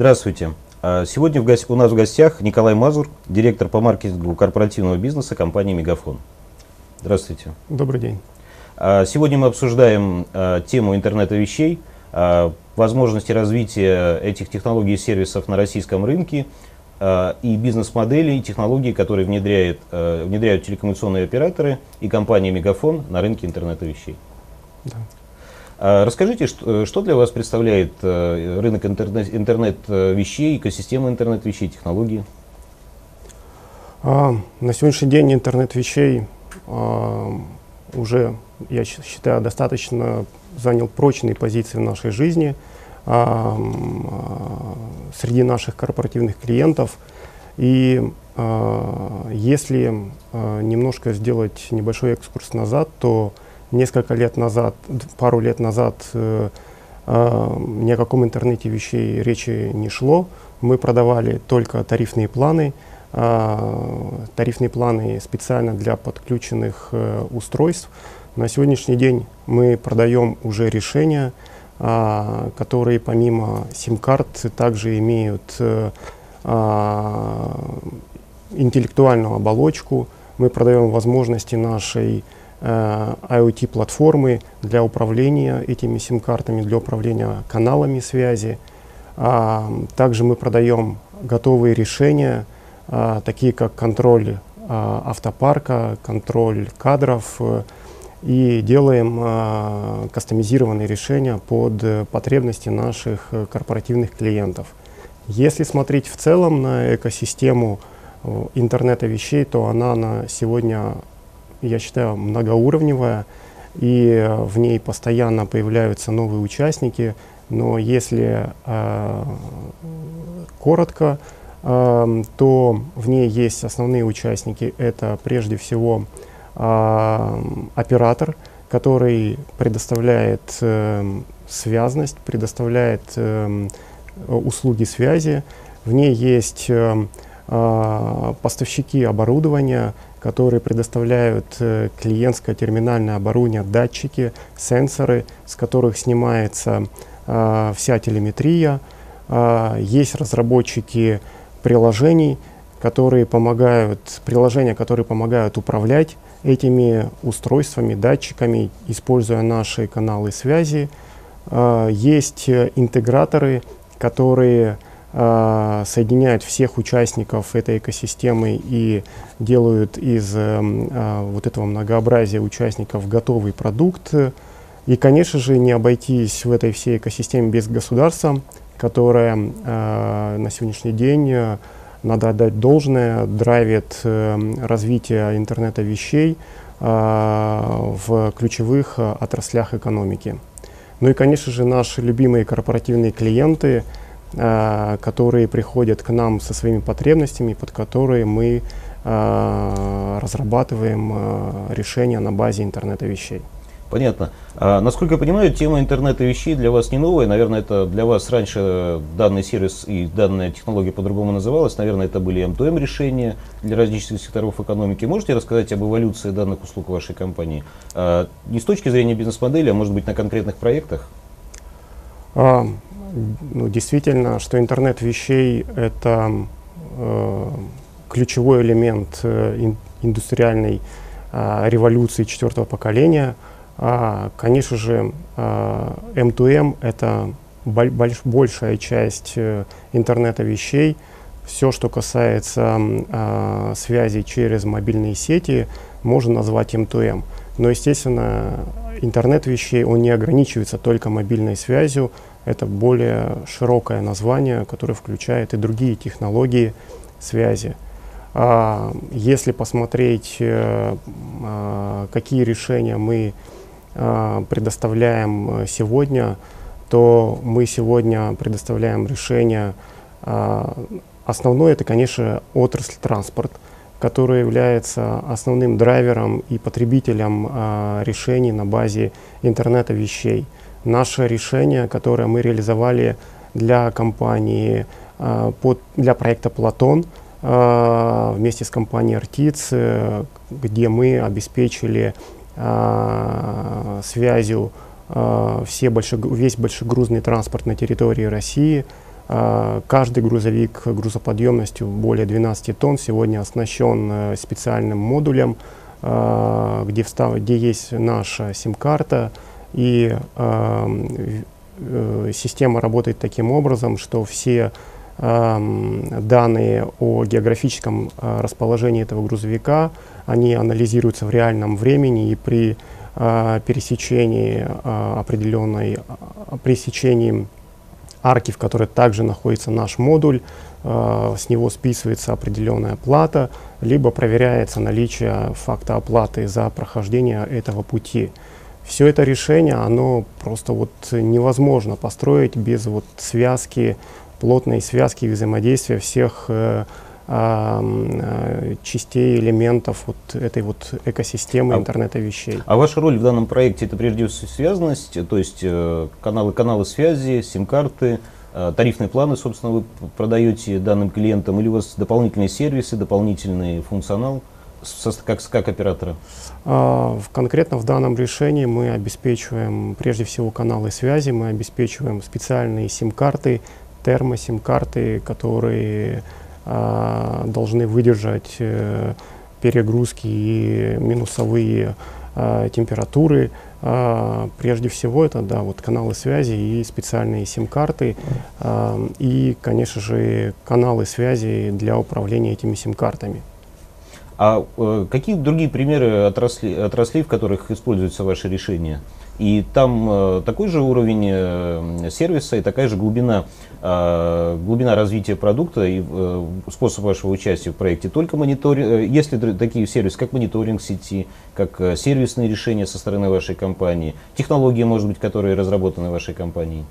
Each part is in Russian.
Здравствуйте. Сегодня у нас в гостях Николай Мазур, директор по маркетингу корпоративного бизнеса компании «Мегафон». Здравствуйте. Добрый день. Сегодня мы обсуждаем тему интернета вещей, возможности развития этих технологий и сервисов на российском рынке и бизнес-модели, и технологии, которые внедряют телекоммуникационные операторы и компания «Мегафон» на рынке интернета вещей. Да. Расскажите, что для вас представляет рынок интернет-вещей, экосистема интернет-вещей, технологии? На сегодняшний день интернет-вещей уже, я считаю, достаточно занял прочные позиции в нашей жизни среди наших корпоративных клиентов. И если немножко сделать небольшой экскурс назад, то пару лет назад ни о каком интернете вещей речи не шло. Мы продавали только тарифные планы специально для подключенных устройств. На сегодняшний день мы продаем уже решения, которые помимо сим-карт также имеют интеллектуальную оболочку. Мы продаем возможности нашей IoT-платформы для управления этими сим-картами, для управления каналами связи. Также мы продаем готовые решения, такие как контроль автопарка, контроль кадров, и делаем кастомизированные решения под потребности наших корпоративных клиентов. Если смотреть в целом на экосистему интернета вещей, то она на сегодня, я считаю, многоуровневая, и в ней постоянно появляются новые участники. Но если коротко, то в ней есть основные участники. Это прежде всего оператор, который предоставляет связность, предоставляет услуги связи. В ней есть поставщики оборудования, которые предоставляют клиентское терминальное оборудование, датчики, сенсоры, с которых снимается вся телеметрия. Есть разработчики приложения, которые помогают управлять этими устройствами, датчиками, используя наши каналы связи. Есть интеграторы, которые соединяют всех участников этой экосистемы и делают из вот этого многообразия участников готовый продукт. И, конечно же, не обойтись в этой всей экосистеме без государства, которое на сегодняшний день, надо отдать должное, драйвит развитие интернета вещей в ключевых отраслях экономики. Ну и, конечно же, наши любимые корпоративные клиенты, которые приходят к нам со своими потребностями, под которые мы разрабатываем решения на базе интернета вещей. Понятно. Насколько я понимаю, тема интернета вещей для вас не новая. Наверное, это для вас раньше данный сервис и данная технология по-другому называлась. Наверное, это были M2M решения для различных секторов экономики. Можете рассказать об эволюции данных услуг вашей компании? Не с точки зрения бизнес-модели, а может быть на конкретных проектах? Действительно, что интернет вещей — это ключевой элемент индустриальной революции четвертого поколения. Конечно же, M2M — это большая часть интернета вещей. Все, что касается связи через мобильные сети, можно назвать M2M. Но, естественно, интернет вещей, он не ограничивается только мобильной связью. Это более широкое название, которое включает и другие технологии связи. Если посмотреть, какие решения мы предоставляем сегодня, то мы сегодня предоставляем решения. Основное — это, конечно, отрасль транспорт, который является основным драйвером и потребителем решений на базе интернета вещей. Наше решение, которое мы реализовали для компании, для проекта «Платон», вместе с компанией «Артиц», где мы обеспечили связью весь большегрузный транспорт на территории России, Каждый грузовик грузоподъемностью более 12 тонн сегодня оснащен специальным модулем, где есть наша сим-карта, и система работает таким образом, что все данные о географическом расположении этого грузовика, они анализируются в реальном времени, и при пересечении арки, в которой также находится наш модуль, с него списывается определенная плата, либо проверяется наличие факта оплаты за прохождение этого пути. Все это решение, оно просто невозможно построить без связки, плотной связки и взаимодействия всех частей, элементов этой экосистемы интернета вещей. А ваша роль в данном проекте — это прежде всего связанность, то есть каналы связи, сим-карты, тарифные планы, собственно, вы продаете данным клиентам, или у вас дополнительные сервисы, дополнительный функционал как оператора? Конкретно в данном решении мы обеспечиваем прежде всего каналы связи, мы обеспечиваем специальные сим-карты, термосим-карты, которые должны выдержать перегрузки и минусовые температуры. Прежде всего это каналы связи и специальные сим-карты, и, конечно же, каналы связи для управления этими сим-картами. А какие другие примеры отраслей, в которых используются ваши решения? И там такой же уровень сервиса и такая же глубина развития продукта и способ вашего участия в проекте. Только мониторинг, есть ли такие сервисы, как мониторинг сети, как сервисные решения со стороны вашей компании, технологии, может быть, которые разработаны вашей компанией?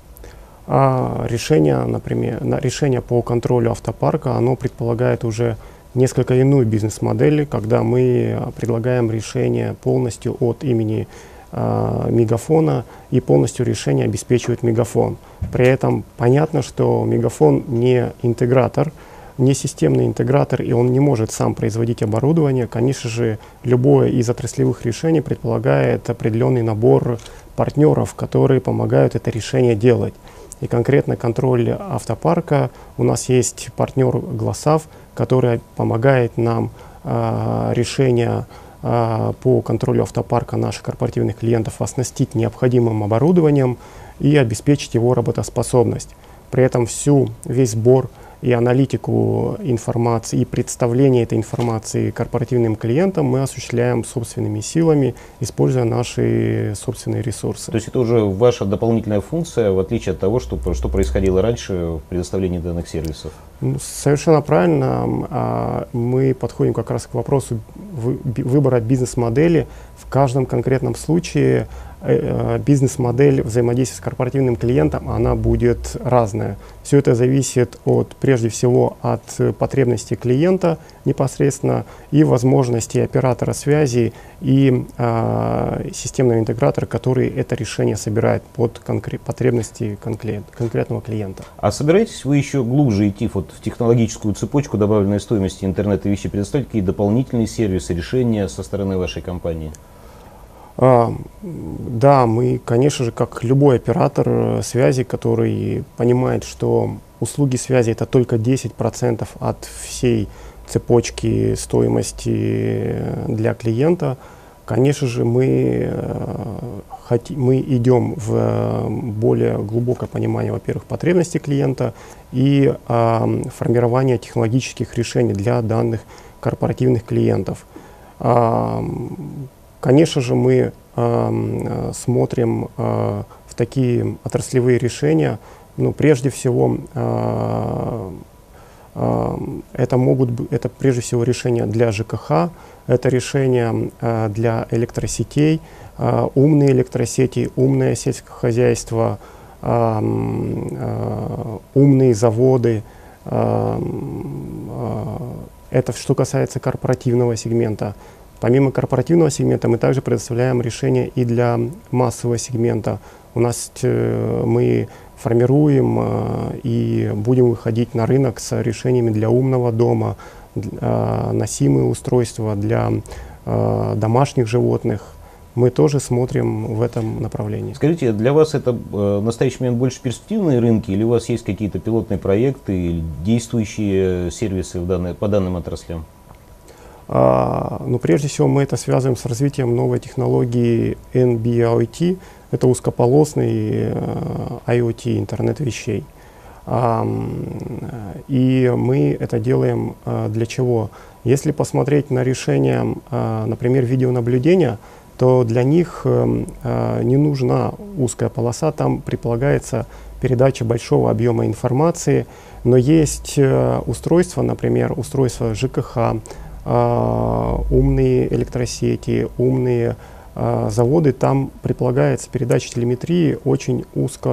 Решение по контролю автопарка, оно предполагает уже несколько иную бизнес-модель, когда мы предлагаем решение полностью от имени Мегафона, и полностью решение обеспечивает Мегафон. При этом понятно, что Мегафон не интегратор, не системный интегратор, и он не может сам производить оборудование. Конечно же, любое из отраслевых решений предполагает определенный набор партнеров, которые помогают это решение делать. И конкретно контроль автопарка, у нас есть партнер Гласав, который помогает нам решение по контролю автопарка наших корпоративных клиентов оснастить необходимым оборудованием и обеспечить его работоспособность. При этом весь сбор и аналитику информации, и представление этой информации корпоративным клиентам мы осуществляем собственными силами, используя наши собственные ресурсы. То есть это уже ваша дополнительная функция, в отличие от того, что происходило раньше в предоставлении данных сервисов? Совершенно правильно. Мы подходим как раз к вопросу выбора бизнес-модели. В каждом конкретном случае бизнес-модель взаимодействия с корпоративным клиентом, она будет разная. Все это зависит прежде всего от потребностей клиента непосредственно и возможностей оператора связи и системного интегратора, который это решение собирает под потребности конкретного клиента. А собираетесь вы еще глубже идти в технологическую цепочку добавленной стоимости интернета вещей, предоставить какие дополнительные сервисы, решения со стороны вашей компании? Да, мы, конечно же, как любой оператор связи, который понимает, что услуги связи — это только 10% от всей цепочки стоимости для клиента, конечно же, мы идем в более глубокое понимание, во-первых, потребностей клиента и формирование технологических решений для данных корпоративных клиентов. Конечно же, мы смотрим в такие отраслевые решения. Прежде всего, это прежде всего решения для ЖКХ, это решения для электросетей, умные электросети, умное сельское хозяйство, умные заводы. Это что касается корпоративного сегмента. Помимо корпоративного сегмента мы также предоставляем решения и для массового сегмента. Мы формируем и будем выходить на рынок с решениями для умного дома, носимые устройства для домашних животных. мы тоже смотрим в этом направлении. Скажите, для вас это в настоящий момент больше перспективные рынки, или у вас есть какие-то пилотные проекты или действующие сервисы по данным отраслям? Но прежде всего мы это связываем с развитием новой технологии NB-IoT, это узкополосный IoT, интернет вещей. И мы это делаем для чего? Если посмотреть на решения, например, видеонаблюдения, то для них не нужна узкая полоса, там предполагается передача большого объема информации, но есть устройства, например, устройства ЖКХ, умные электросети, умные заводы, там предполагается передача телеметрии очень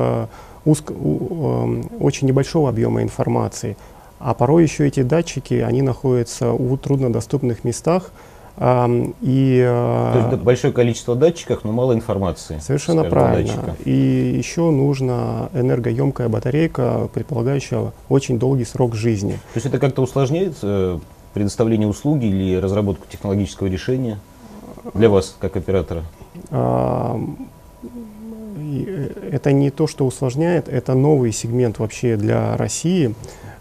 очень небольшого объема информации. А порой еще эти датчики, они находятся в труднодоступных местах. То есть большое количество датчиков, но мало информации. Совершенно правильно. И еще нужна энергоемкая батарейка, предполагающая очень долгий срок жизни. То есть это как-то усложняет предоставление услуги или разработку технологического решения для вас, как оператора? Это не то, что усложняет, это новый сегмент вообще для России.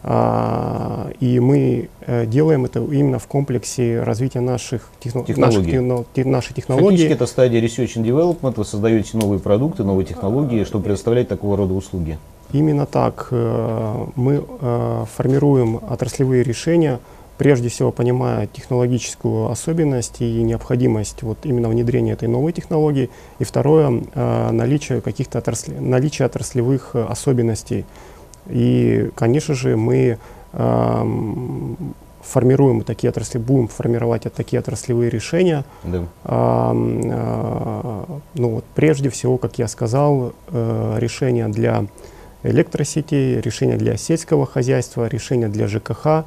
И мы делаем это именно в комплексе развития наших технологий. Фактически это стадия Research and Development, вы создаете новые продукты, новые технологии, чтобы предоставлять такого рода услуги. Именно так. Мы формируем отраслевые решения, прежде всего понимая технологическую особенность и необходимость вот именно внедрения этой новой технологии. И второе, наличие каких-то отраслевых особенностей. И, конечно же, мы формируем такие отрасли, будем формировать такие отраслевые решения. Да. Ну, вот, прежде всего, как я сказал, решения для электросетей, решения для сельского хозяйства, решения для ЖКХ,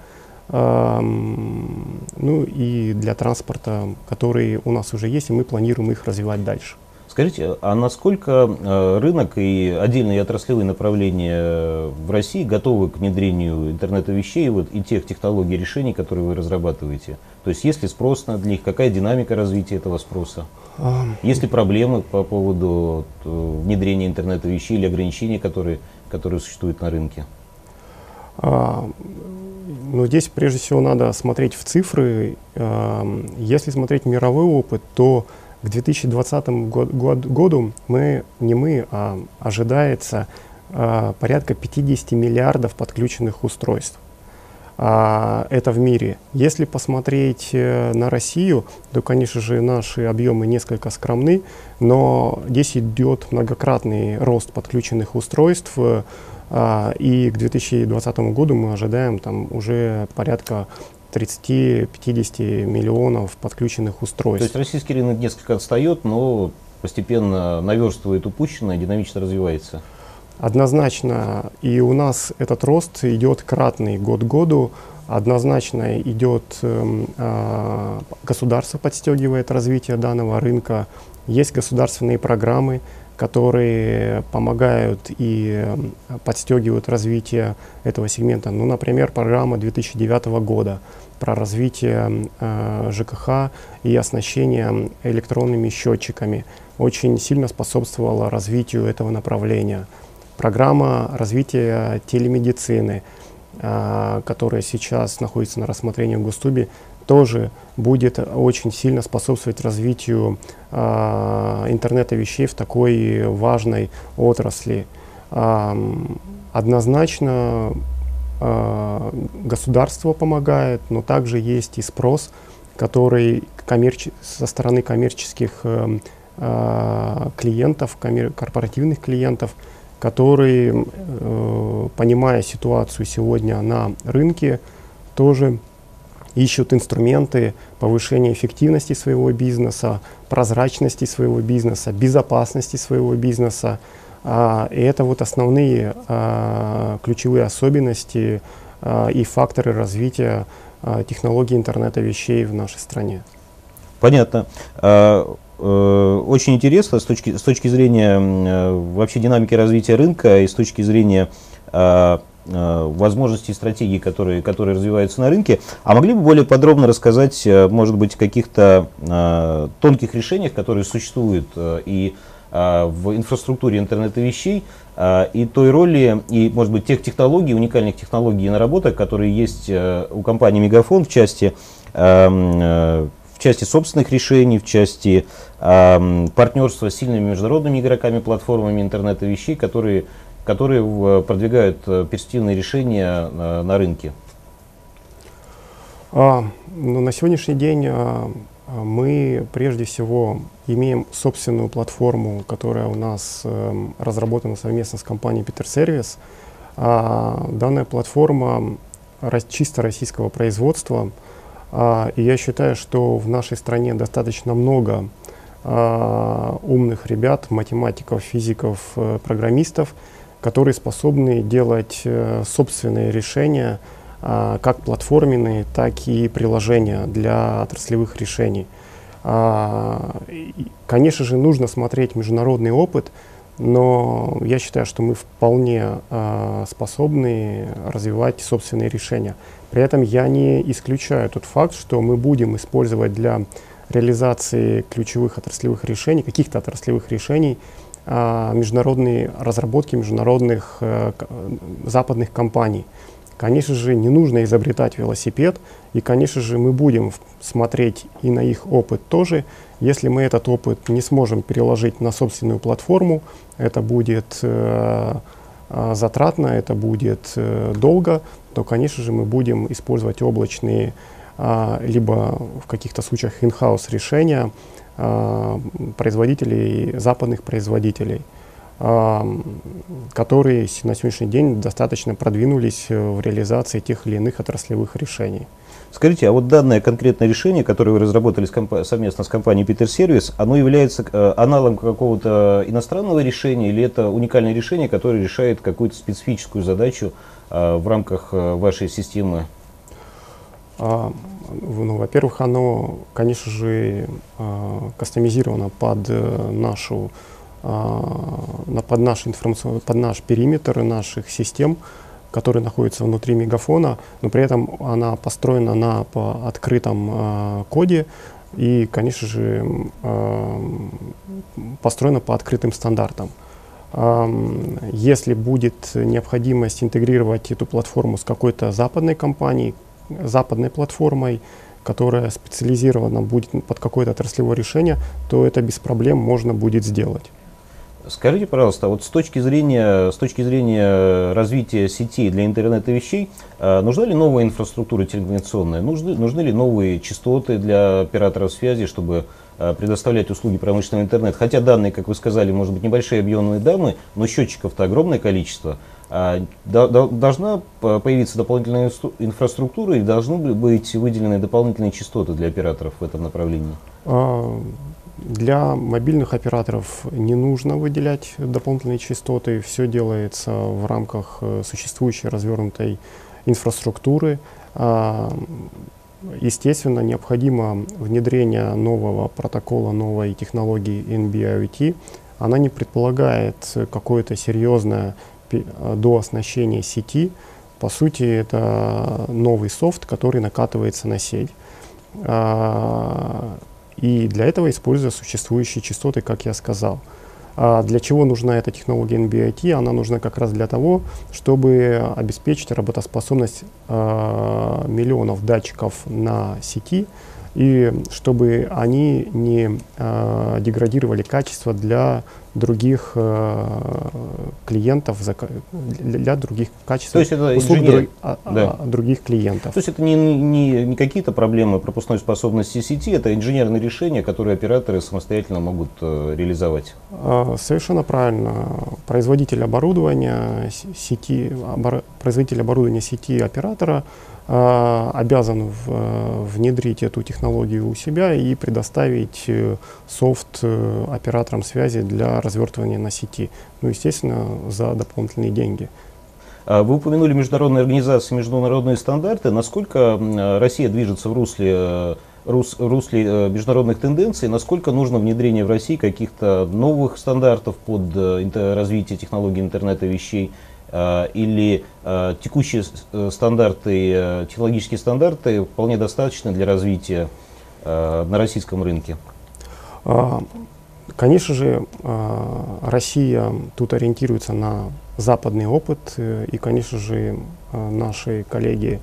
ну и для транспорта, которые у нас уже есть, и мы планируем их развивать дальше. Скажите, а насколько рынок и отдельные отраслевые направления в России готовы к внедрению интернета вещей и тех технологий решений, которые вы разрабатываете? То есть есть ли спрос на них, какая динамика развития этого спроса? Есть ли проблемы по поводу внедрения интернета вещей или ограничений, которые существуют на рынке? Но здесь прежде всего надо смотреть в цифры. Если смотреть мировой опыт, то к 2020 году ожидается порядка 50 миллиардов подключенных устройств. Это в мире. Если посмотреть на Россию, то, конечно же, наши объемы несколько скромны, но здесь идет многократный рост подключенных устройств. И к 2020 году мы ожидаем там уже порядка 30-50 миллионов подключенных устройств. То есть российский рынок несколько отстает, но постепенно наверстывает упущенное, динамично развивается. Однозначно. И у нас этот рост идет кратный год к году. Однозначно идет, государство подстегивает развитие данного рынка. Есть государственные программы, которые помогают и подстегивают развитие этого сегмента. Ну, например, программа 2009 года про развитие ЖКХ и оснащение электронными счетчиками очень сильно способствовала развитию этого направления. Программа развития телемедицины, которая сейчас находится на рассмотрении в Госдуме, тоже будет очень сильно способствовать развитию интернета вещей в такой важной отрасли. Однозначно государство помогает, но также есть и спрос, который со стороны коммерческих клиентов, корпоративных клиентов, которые, понимая ситуацию сегодня на рынке, тоже ищут инструменты повышения эффективности своего бизнеса, прозрачности своего бизнеса, безопасности своего бизнеса. И это вот основные ключевые особенности и факторы развития технологий интернета вещей в нашей стране. Понятно. Очень интересно с точки зрения вообще динамики развития рынка и с точки зрения возможностей и стратегий, которые развиваются на рынке. А могли бы более подробно рассказать, может быть, о каких-то тонких решениях, которые существуют и в инфраструктуре интернета вещей, и той роли, и, может быть, тех технологий, уникальных технологий и наработок, которые есть у компании Мегафон в части собственных решений, в части партнерства с сильными международными игроками, платформами интернета вещей, которые продвигают перспективные решения на рынке. На сегодняшний день мы прежде всего имеем собственную платформу, которая у нас разработана совместно с компанией Peter Service. Данная платформа чисто российского производства. И я считаю, что в нашей стране достаточно много умных ребят, математиков, физиков, программистов, которые способны делать собственные решения, как платформенные, так и приложения для отраслевых решений. Конечно же, нужно смотреть международный опыт, но я считаю, что мы вполне способны развивать собственные решения. При этом я не исключаю тот факт, что мы будем использовать для реализации ключевых отраслевых решений, каких-то отраслевых решений, международные разработки международных западных компаний. Конечно же, не нужно изобретать велосипед, и, конечно же, мы будем смотреть и на их опыт тоже. Если мы этот опыт не сможем переложить на собственную платформу, это будет затратно, это будет долго, то, конечно же, мы будем использовать облачные, либо в каких-то случаях in-house решения производителей, западных производителей, которые на сегодняшний день достаточно продвинулись в реализации тех или иных отраслевых решений. Скажите, а вот данное конкретное решение, которое вы разработали совместно с компанией Peter Service, оно является аналогом какого-то иностранного решения, или это уникальное решение, которое решает какую-то специфическую задачу в рамках вашей системы? Во-первых, оно, конечно же, кастомизировано под наш периметр наших систем, которые находятся внутри Мегафона, но при этом она построена по открытом коде и, конечно же, построена по открытым стандартам. Если будет необходимость интегрировать эту платформу с какой-то западной компанией, западной платформой, которая специализирована будет под какое-то отраслевое решение, то это без проблем можно будет сделать. Скажите, пожалуйста, вот с точки зрения развития сетей для интернета вещей, нужна ли новая инфраструктура телекоммуникационная? Нужны ли новые частоты для операторов связи, чтобы предоставлять услуги промышленного интернета? Хотя данные, как вы сказали, может быть небольшие объемные данные, но счетчиков-то огромное количество. Должна появиться дополнительная инфраструктура и должны быть выделены дополнительные частоты для операторов в этом направлении? Для мобильных операторов не нужно выделять дополнительные частоты. Все делается в рамках существующей развернутой инфраструктуры. Естественно, необходимо внедрение нового протокола, новой технологии NB-IoT. Она не предполагает какое-то серьезное дооснащение сети. По сути, это новый софт, который накатывается на сеть. И для этого используя существующие частоты, как я сказал. Для чего нужна эта технология NB-IoT? Она нужна как раз для того, чтобы обеспечить работоспособность миллионов датчиков на сети, и чтобы они не деградировали качество для других клиентов, для других качественных услуг других клиентов. То есть это не какие-то проблемы пропускной способности сети, это инженерные решения, которые операторы самостоятельно могут реализовать? Совершенно правильно. Производитель оборудования сети оператора обязан внедрить эту технологию у себя и предоставить софт операторам связи для развертывания на сети. Ну, естественно, за дополнительные деньги. Вы упомянули международные организации, международные стандарты. Насколько Россия движется в русле международных тенденций, насколько нужно внедрение в России каких-то новых стандартов под развитие технологий интернета вещей, или текущие стандарты, технологические стандарты вполне достаточно для развития на российском рынке? Конечно же, Россия тут ориентируется на западный опыт, и, конечно же, наши коллеги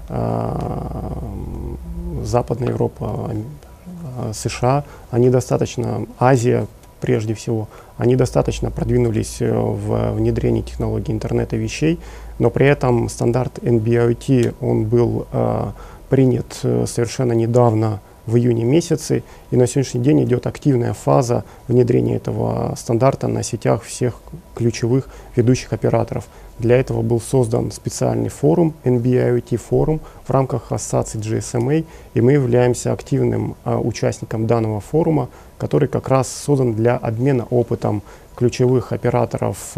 Западная Европа, США, они достаточно, Азия прежде всего, они достаточно продвинулись в внедрении технологий интернета вещей, но при этом стандарт NB-IoT, он был принят совершенно недавно, в июне месяце, и на сегодняшний день идет активная фаза внедрения этого стандарта на сетях всех ключевых ведущих операторов. Для этого был создан специальный форум, NB-IoT форум в рамках ассоциации GSMA, и мы являемся активным участником данного форума, который как раз создан для обмена опытом ключевых операторов,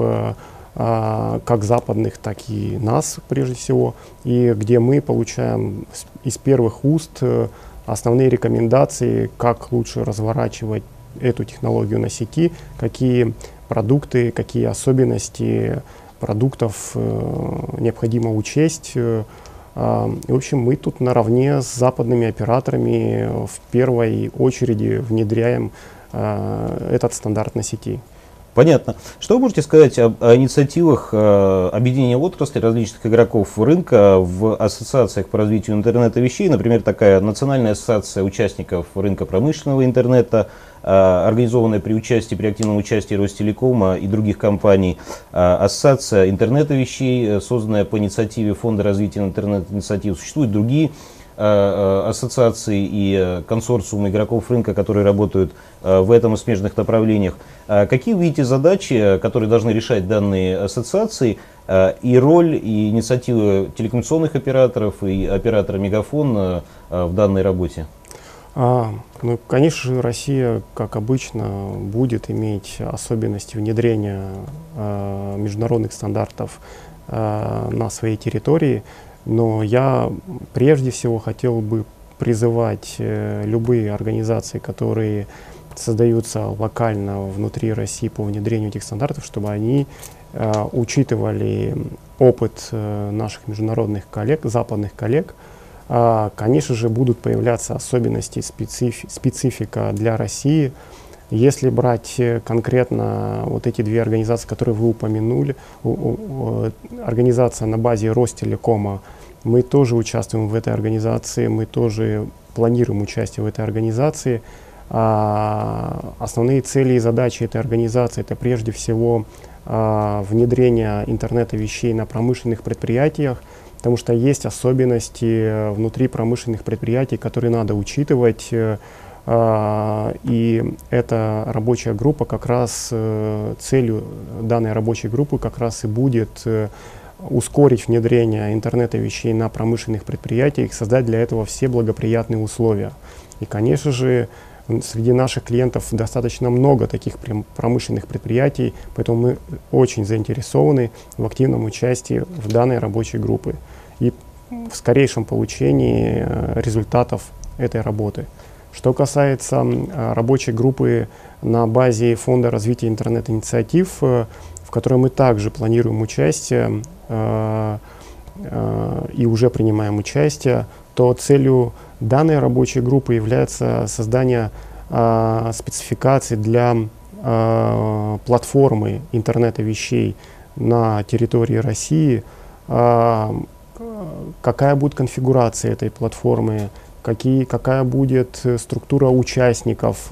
как западных, так и нас прежде всего, и где мы получаем из первых уст основные рекомендации, как лучше разворачивать эту технологию на сети, какие продукты, какие особенности продуктов необходимо учесть. В общем, мы тут наравне с западными операторами в первой очереди внедряем этот стандарт на сети. Понятно. Что вы можете сказать о инициативах объединения отрасли различных игроков рынка в ассоциациях по развитию интернета вещей? Например, такая Национальная ассоциация участников рынка промышленного интернета, организованная при активном участии Ростелекома и других компаний, Ассоциация интернета вещей, созданная по инициативе Фонда развития интернет-инициатив. Существуют другие ассоциации и консорциумы игроков рынка, которые работают в этом и смежных направлениях. Какие вы видите задачи, которые должны решать данные ассоциации, и роль и инициативы телекоммуникационных операторов и оператора Мегафон в данной работе? Ну, конечно же, Россия, как обычно, будет иметь особенности внедрения международных стандартов на своей территории. Но я прежде всего хотел бы призывать любые организации, которые создаются локально внутри России по внедрению этих стандартов, чтобы они учитывали опыт наших международных коллег, западных коллег. Конечно же, будут появляться особенности, специфика для России. Если брать конкретно вот эти две организации, которые вы упомянули, организация на базе Ростелекома, мы тоже участвуем в этой организации, мы тоже планируем участие в этой организации. Основные цели и задачи этой организации — это прежде всего внедрение интернета вещей на промышленных предприятиях, потому что есть особенности внутри промышленных предприятий, которые надо учитывать. И эта рабочая группа как раз, целью данной рабочей группы как раз и будет ускорить внедрение интернета вещей на промышленных предприятиях, создать для этого все благоприятные условия. И, конечно же, среди наших клиентов достаточно много таких промышленных предприятий, поэтому мы очень заинтересованы в активном участии в данной рабочей группе и в скорейшем получении результатов этой работы. Что касается рабочей группы на базе Фонда развития интернет-инициатив, в которой мы также планируем участие и уже принимаем участие, то целью данной рабочей группы является создание спецификаций для платформы интернета вещей на территории России, какая будет конфигурация этой платформы, какая будет структура участников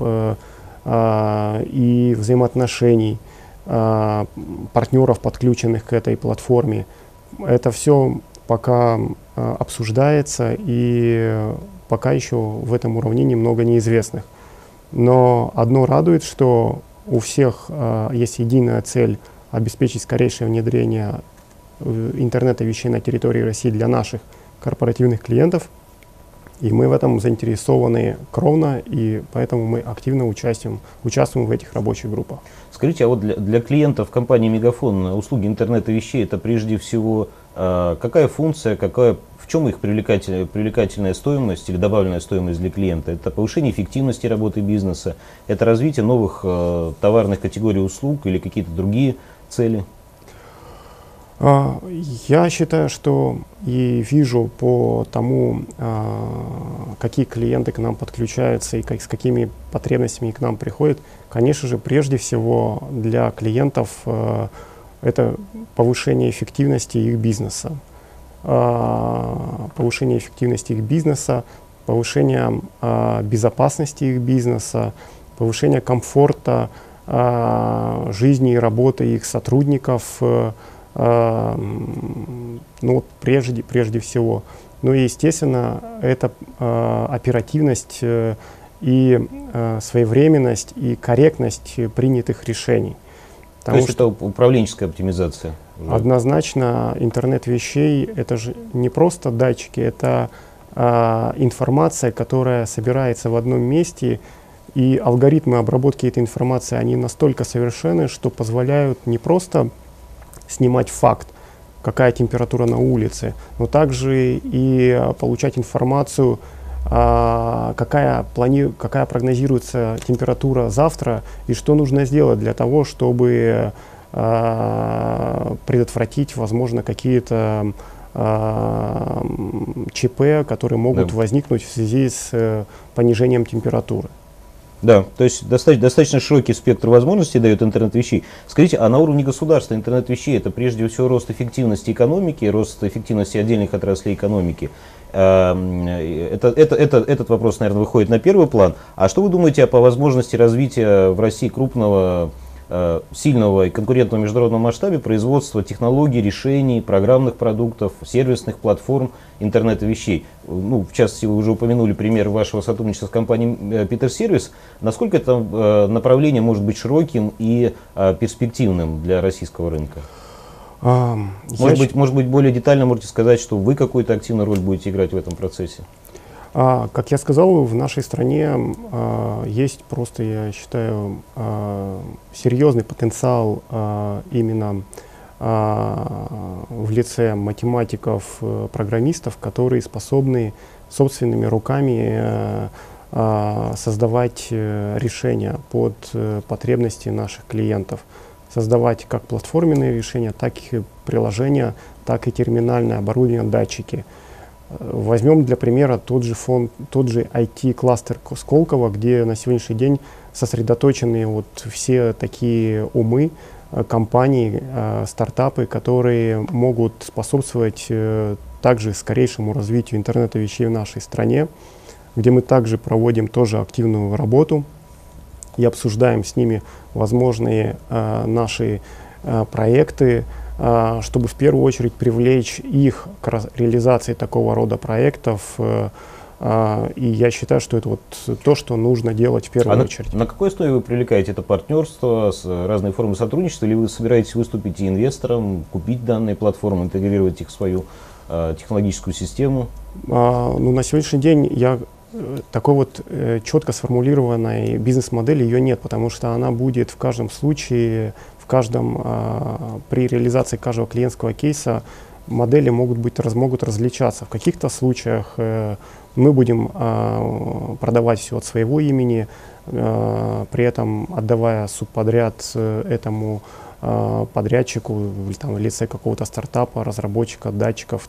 и взаимоотношений партнеров, подключенных к этой платформе. Это все пока обсуждается, и пока еще в этом уравнении много неизвестных. Но одно радует, что у всех есть единая цель обеспечить скорейшее внедрение интернета вещей на территории России для наших корпоративных клиентов. И мы в этом заинтересованы кровно, и поэтому мы активно участвуем в этих рабочих группах. Скажите, а вот для клиентов компании Мегафон услуги интернета вещей — это прежде всего какая функция, в чем их привлекательная стоимость или добавленная стоимость для клиента? Это повышение эффективности работы бизнеса, это развитие новых товарных категорий услуг или какие-то другие цели? Я считаю, что и вижу по тому, какие клиенты к нам подключаются и с какими потребностями к нам приходят, конечно же, прежде всего для клиентов это повышение эффективности их бизнеса. Повышение эффективности их бизнеса, повышение безопасности их бизнеса, повышение комфорта жизни и работы их сотрудников, ну, вот прежде всего. Ну и, естественно, это оперативность и своевременность и корректность принятых решений. То есть это управленческая оптимизация? Однозначно, интернет вещей — это же не просто датчики, это информация, которая собирается в одном месте, и алгоритмы обработки этой информации, они настолько совершенны, что позволяют не просто снимать факт, какая температура на улице, но также и получать информацию, какая прогнозируется температура завтра и что нужно сделать для того, чтобы предотвратить, возможно, какие-то ЧП, которые могут возникнуть в связи с понижением температуры. Да, то есть достаточно широкий спектр возможностей дает интернет вещей. Скажите, а на уровне государства интернет вещей — это прежде всего рост эффективности экономики, рост эффективности отдельных отраслей экономики? Этот вопрос, наверное, выходит на первый план. А что вы думаете по возможности развития в России крупного, сильного и конкурентного в международном масштабе производства технологий, решений, программных продуктов, сервисных платформ интернета вещей? Ну, в частности, вы уже упомянули пример вашего сотрудничества с компанией Peter Service. Насколько это направление может быть широким и перспективным для российского рынка? Может быть, более детально можете сказать, что вы какую-то активную роль будете играть в этом процессе? Как я сказал, в нашей стране есть просто, я считаю, серьезный потенциал именно в лице математиков, программистов, которые способны собственными руками создавать решения под потребности наших клиентов, создавать как платформенные решения, так и приложения, так и терминальное оборудование, датчики. Возьмем для примера тот же IT-кластер Сколково, где на сегодняшний день сосредоточены вот все такие умы, компаний, стартапы, которые могут способствовать также скорейшему развитию интернета вещей в нашей стране, где мы также проводим тоже активную работу и обсуждаем с ними возможные наши проекты, чтобы в первую очередь привлечь их к реализации такого рода проектов. И я считаю, что это вот то, что нужно делать в первую очередь. На какой основе вы привлекаете это партнерство, разные формы сотрудничества, или вы собираетесь выступить и инвестором, купить данные платформы, интегрировать их в свою технологическую систему? Ну, на сегодняшний день такой вот четко сформулированной бизнес-модели ее нет, потому что она будет в каждом случае, при реализации каждого клиентского кейса модели могут различаться. В каких-то случаях мы будем продавать все от своего имени, при этом отдавая субподряд этому подрядчику в лице какого-то стартапа, разработчика датчиков,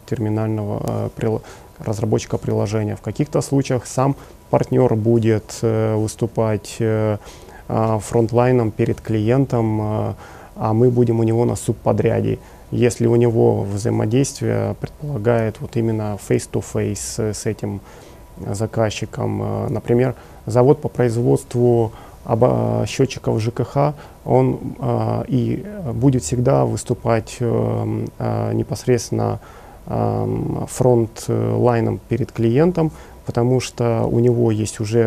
разработчика приложения. В каких-то случаях сам партнер будет выступать фронтлайном перед клиентом, а мы будем у него на субподряде, если у него взаимодействие предполагает вот именно face-to-face с этим заказчиком. Например, завод по производству счетчиков ЖКХ, он и будет всегда выступать непосредственно фронтлайном перед клиентом, потому что у него есть уже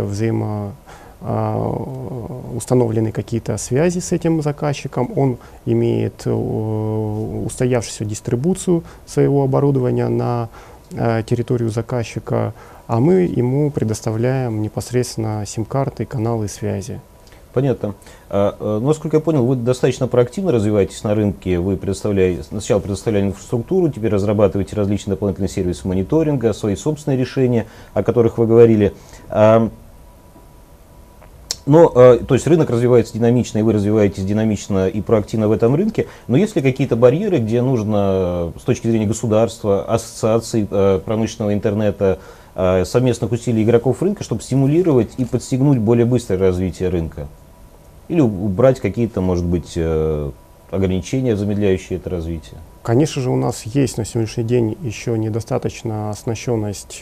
установлены какие-то связи с этим заказчиком, он имеет устоявшуюся дистрибуцию своего оборудования на территорию заказчика, а мы ему предоставляем непосредственно сим-карты, каналы связи. Понятно. Насколько я понял, вы достаточно проактивно развиваетесь на рынке. Вы сначала предоставляли инфраструктуру, теперь разрабатываете различные дополнительные сервисы мониторинга, свои собственные решения, о которых вы говорили. Но, то есть рынок развивается динамично, и вы развиваетесь динамично и проактивно в этом рынке. Но есть ли какие-то барьеры, где нужно с точки зрения государства, ассоциаций промышленного интернета, совместных усилий игроков рынка, чтобы стимулировать и подстегнуть более быстрое развитие рынка? Или убрать какие-то, может быть, ограничения, замедляющие это развитие? Конечно же, у нас есть на сегодняшний день еще недостаточно оснащенность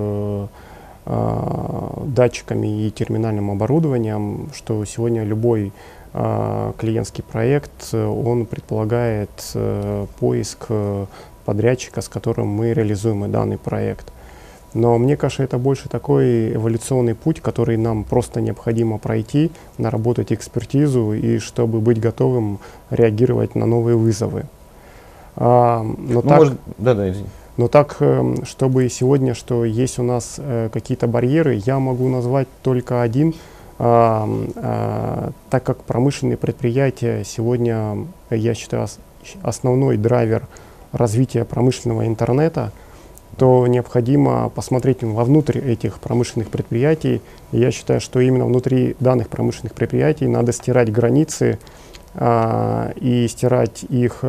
датчиками и терминальным оборудованием, что сегодня любой клиентский проект, он предполагает поиск подрядчика, с которым мы реализуем данный проект. Но мне кажется, это больше такой эволюционный путь, который нам просто необходимо пройти, наработать экспертизу и чтобы быть готовым реагировать на новые вызовы. Но так, чтобы сегодня, что есть у нас какие-то барьеры, я могу назвать только один, так как промышленные предприятия сегодня, я считаю, основной драйвер развития промышленного интернета, то необходимо посмотреть вовнутрь этих промышленных предприятий. И я считаю, что именно внутри данных промышленных предприятий надо стирать границы и стирать их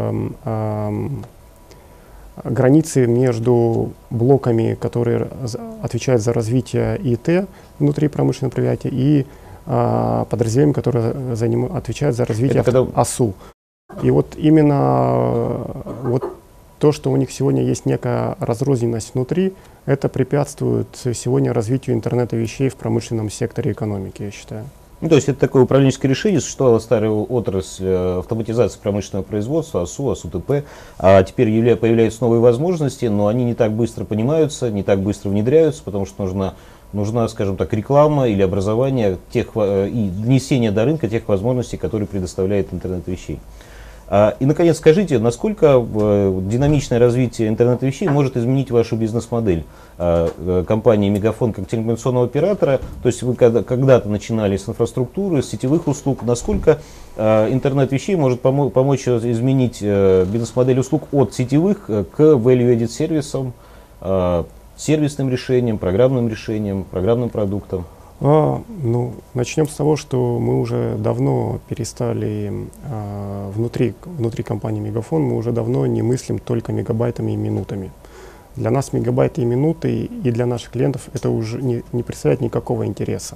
границы между блоками, которые отвечают за развитие ИТ внутри промышленного предприятия, и подразделениями, которые отвечают за развитие АСУ. И вот именно то, что у них сегодня есть некая разрозненность внутри, это препятствует сегодня развитию интернета вещей в промышленном секторе экономики, я считаю. Ну, то есть это такое управленческое решение, существовала старая отрасль автоматизации промышленного производства, АСУ, АСУ-ТП, а теперь появляются новые возможности, но они не так быстро понимаются, не так быстро внедряются, потому что нужна, скажем так, реклама или образование и донесение до рынка тех возможностей, которые предоставляет интернет вещей. И, наконец, скажите, насколько динамичное развитие интернета вещей может изменить вашу бизнес-модель компании Мегафон как телекоммуникационного оператора? То есть вы когда-то начинали с инфраструктуры, с сетевых услуг. Насколько интернет вещей может помочь изменить бизнес-модель услуг от сетевых к value-added сервисам, сервисным решениям, программным продуктам? Начнем с того, что мы уже давно перестали, внутри компании Мегафон, мы уже давно не мыслим только мегабайтами и минутами. Для нас мегабайты и минуты и для наших клиентов это уже не представляет никакого интереса.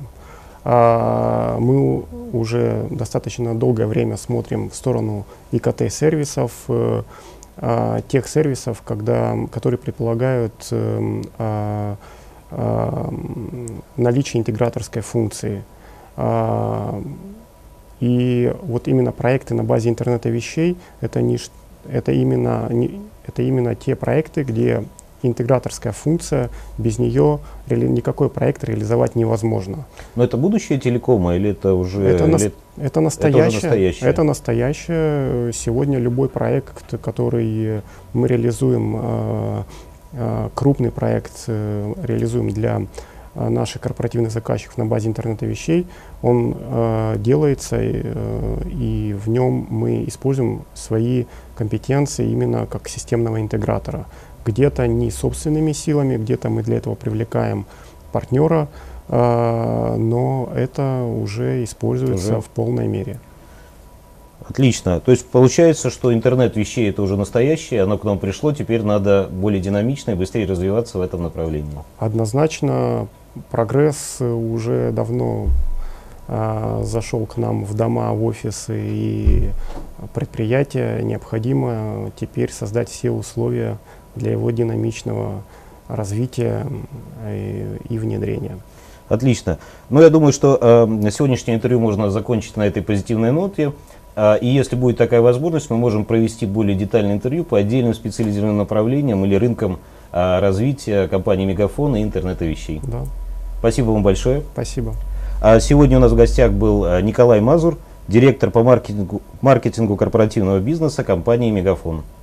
Мы уже достаточно долгое время смотрим в сторону ИКТ-сервисов, тех сервисов, которые предполагают наличие интеграторской функции. И вот именно проекты на базе интернета вещей это именно те проекты, где интеграторская функция, без нее никакой проект реализовать невозможно. Но это будущее телекома или это уже... Это настоящее. Это настоящее. Сегодня любой проект, который мы реализуем, крупный проект реализуем для наших корпоративных заказчиков на базе интернета вещей, он делается, и в нем мы используем свои компетенции именно как системного интегратора. Где-то не собственными силами, где-то мы для этого привлекаем партнера, но это уже используется в полной мере. Отлично. То есть получается, что интернет вещей это уже настоящее, оно к нам пришло, теперь надо более динамично и быстрее развиваться в этом направлении. Однозначно прогресс уже давно зашел к нам в дома, в офисы и предприятия. Необходимо теперь создать все условия для его динамичного развития и внедрения. Отлично. Ну, я думаю, что сегодняшнее интервью можно закончить на этой позитивной ноте. И если будет такая возможность, мы можем провести более детальное интервью по отдельным специализированным направлениям или рынкам развития компании Мегафон и интернета вещей. Да. Спасибо вам большое. Спасибо. Сегодня у нас в гостях был Николай Мазур, директор по маркетингу корпоративного бизнеса компании Мегафон.